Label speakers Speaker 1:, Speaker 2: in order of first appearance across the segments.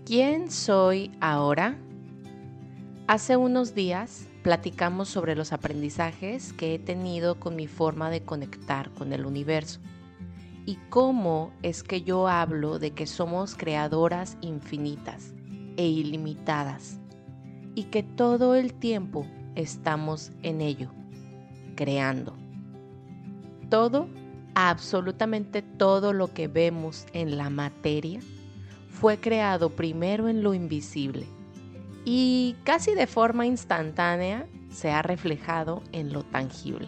Speaker 1: ¿Quién soy ahora? Hace unos días platicamos sobre los aprendizajes que he tenido con mi forma de conectar con el universo y cómo es que yo hablo de que somos creadoras infinitas e ilimitadas y que todo el tiempo estamos en ello, creando. Todo, absolutamente todo lo que vemos en la materia fue creado primero en lo invisible y casi de forma instantánea se ha reflejado en lo tangible.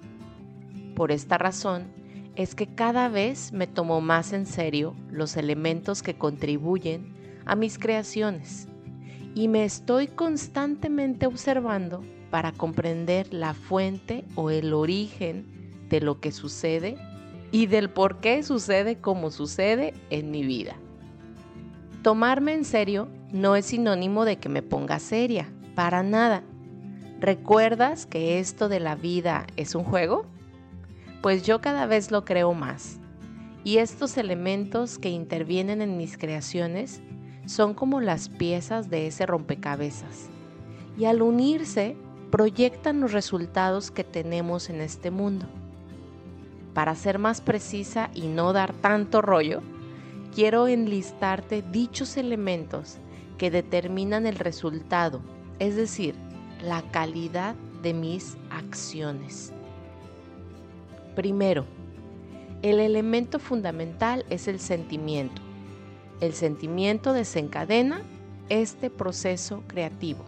Speaker 1: Por esta razón es que cada vez me tomo más en serio los elementos que contribuyen a mis creaciones y me estoy constantemente observando para comprender la fuente o el origen de lo que sucede y del por qué sucede como sucede en mi vida. Tomarme en serio no es sinónimo de que me ponga seria, para nada. ¿Recuerdas que esto de la vida es un juego? Pues yo cada vez lo creo más. Y estos elementos que intervienen en mis creaciones son como las piezas de ese rompecabezas. Y al unirse, proyectan los resultados que tenemos en este mundo. Para ser más precisa y no dar tanto rollo, quiero enlistarte dichos elementos que determinan el resultado, es decir, la calidad de mis acciones. Primero, el elemento fundamental es el sentimiento. El sentimiento desencadena este proceso creativo.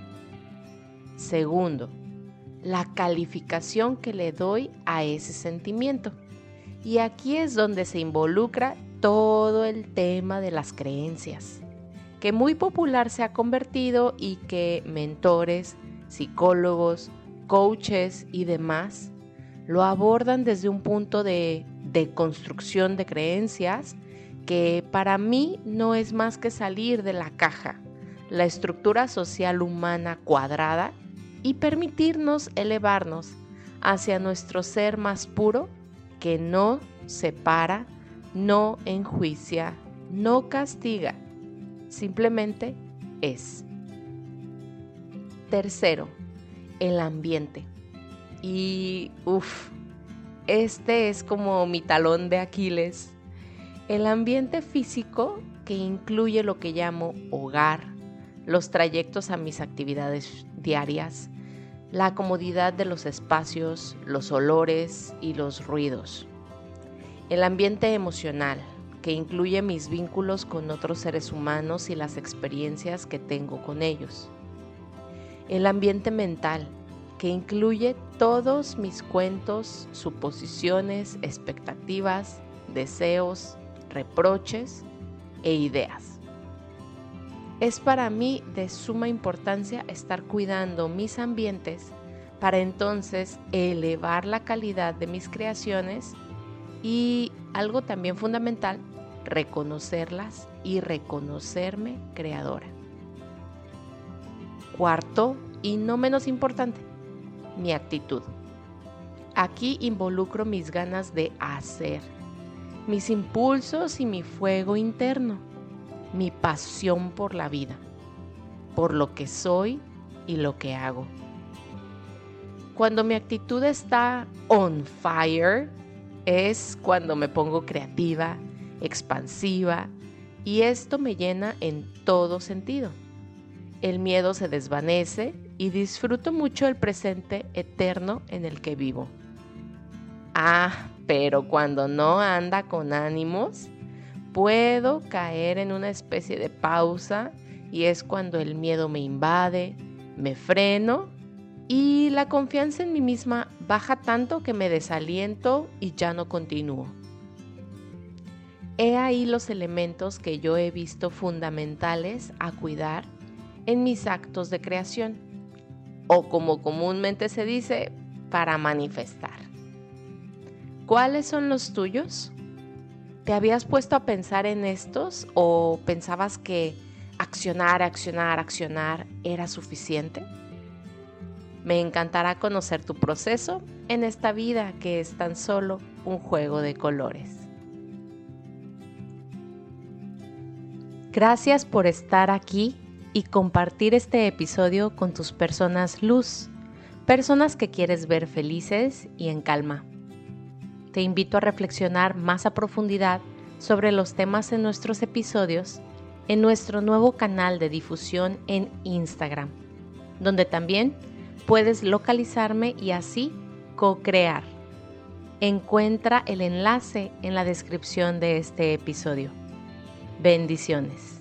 Speaker 1: Segundo, la calificación que le doy a ese sentimiento. Y aquí es donde se involucra todo el tema de las creencias, que muy popular se ha convertido y que mentores, psicólogos, coaches y demás lo abordan desde un punto de construcción de creencias que para mí no es más que salir de la caja, la estructura social humana cuadrada y permitirnos elevarnos hacia nuestro ser más puro que no separa, no enjuicia, no castiga, simplemente es. Tercero, el ambiente. Y este es como mi talón de Aquiles. El ambiente físico que incluye lo que llamo hogar, los trayectos a mis actividades diarias, la comodidad de los espacios, los olores y los ruidos. El ambiente emocional, que incluye mis vínculos con otros seres humanos y las experiencias que tengo con ellos. El ambiente mental, que incluye todos mis cuentos, suposiciones, expectativas, deseos, reproches e ideas. Es para mí de suma importancia estar cuidando mis ambientes para entonces elevar la calidad de mis creaciones y algo también fundamental, reconocerlas y reconocerme creadora. Cuarto, y no menos importante, mi actitud. Aquí involucro mis ganas de hacer, mis impulsos y mi fuego interno, mi pasión por la vida, por lo que soy y lo que hago. Cuando mi actitud está on fire, es cuando me pongo creativa, expansiva, y esto me llena en todo sentido. El miedo se desvanece y disfruto mucho el presente eterno en el que vivo. Pero cuando no anda con ánimos, puedo caer en una especie de pausa y es cuando el miedo me invade, me freno y la confianza en mí misma baja tanto que me desaliento y ya no continúo. He ahí los elementos que yo he visto fundamentales a cuidar en mis actos de creación, o como comúnmente se dice, para manifestar. ¿Cuáles son los tuyos? ¿Te habías puesto a pensar en estos o pensabas que accionar era suficiente? Me encantará conocer tu proceso en esta vida que es tan solo un juego de colores. Gracias por estar aquí y compartir este episodio con tus personas luz, personas que quieres ver felices y en calma. Te invito a reflexionar más a profundidad sobre los temas en nuestros episodios en nuestro nuevo canal de difusión en Instagram, donde también puedes localizarme y así co-crear. Encuentra el enlace en la descripción de este episodio. Bendiciones.